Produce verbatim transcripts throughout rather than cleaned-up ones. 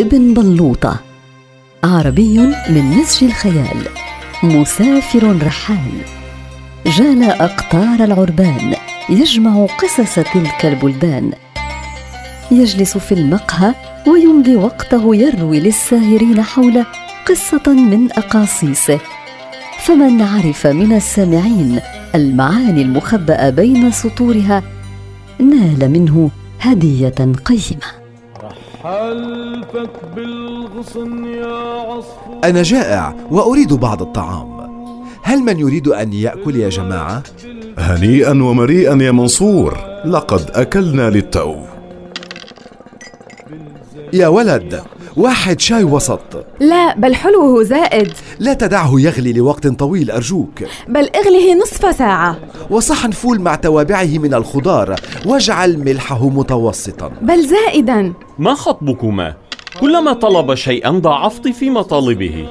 ابن بلوطة، عربي من نسج الخيال، مسافر رحال، جال أقطار العربان يجمع قصص تلك البلدان، يجلس في المقهى ويمضي وقته يروي للساهرين حوله قصة من أقاصيصه، فمن عرف من السامعين المعاني المخبأة بين سطورها نال منه هدية قيمة. أنا جائع وأريد بعض الطعام، هل من يريد أن يأكل يا جماعة؟ هنيئا ومريئا يا منصور، لقد أكلنا للتو. يا ولد، واحد شاي وسط. لا، بل حلوه زائد. لا تدعه يغلي لوقت طويل أرجوك، بل اغله نصف ساعة. وصحن فول مع توابعه من الخضار، واجعل ملحه متوسطا. بل زائدا. ما خطبكما؟ كلما طلب شيئا ضاعفت في مطالبه.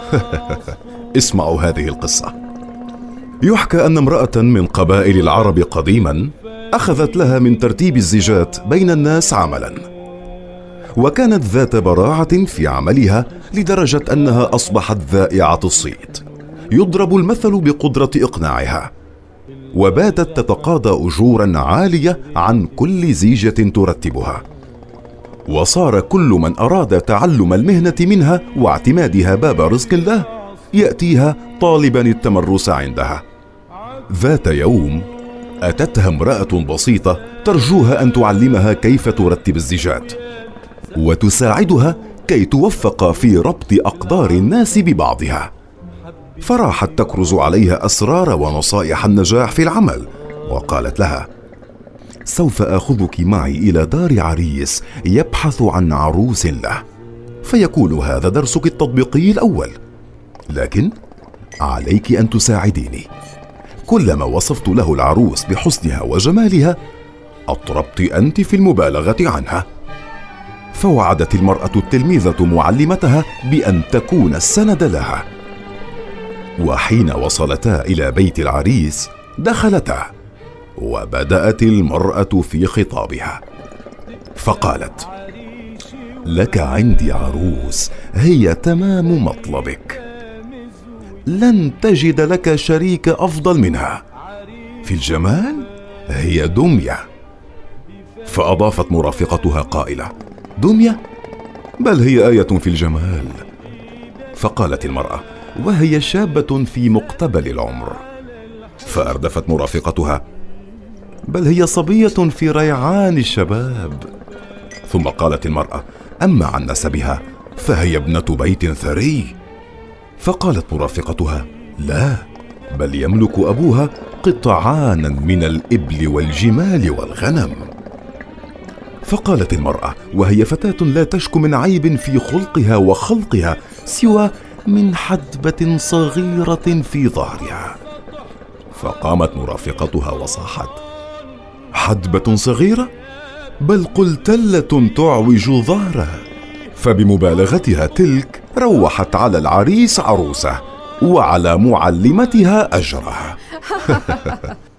اسمعوا هذه القصة. يحكى أن امرأة من قبائل العرب قديما أخذت لها من ترتيب الزيجات بين الناس عملا، وكانت ذات براعة في عملها لدرجة أنها أصبحت ذائعة الصيت، يضرب المثل بقدرة إقناعها، وباتت تتقاضى أجورا عالية عن كل زيجة ترتبها، وصار كل من أراد تعلم المهنة منها واعتمادها باب رزق الله يأتيها طالبا التمرس عندها. ذات يوم أتتها امرأة بسيطة ترجوها أن تعلمها كيف ترتب الزيجات وتساعدها كي توفق في ربط أقدار الناس ببعضها، فراحت تكرز عليها أسرار ونصائح النجاح في العمل، وقالت لها: سوف آخذك معي إلى دار عريس يبحث عن عروس له، فيكون هذا درسك التطبيقي الأول، لكن عليك أن تساعديني. كلما وصفت له العروس بحسنها وجمالها أطربت أنت في المبالغة عنها. فوعدت المرأة التلميذة معلمتها بأن تكون السند لها، وحين وصلتا إلى بيت العريس دخلتا، وبدأت المرأة في خطابها فقالت: لك عندي عروس هي تمام مطلبك، لن تجد لك شريك أفضل منها، في الجمال هي دمية. فأضافت مرافقتها قائلة: دمية؟ بل هي آية في الجمال. فقالت المرأة وهي شابة في مقتبل العمر. فأردفت مرافقتها: بل هي صبية في ريعان الشباب. ثم قالت المرأة: أما عن نسبها فهي ابنة بيت ثري. فقالت مرافقتها: لا، بل يملك أبوها قطعانا من الإبل والجمال والغنم. فقالت المرأة وهي فتاة لا تشك من عيب في خلقها وخلقها سوى من حدبة صغيرة في ظهرها. فقامت مرافقتها وصاحت: حدبة صغيرة؟ بل قل تلة تعوج ظهرها. فبمبالغتها تلك روحت على العريس عروسه وعلى معلمتها أجرها.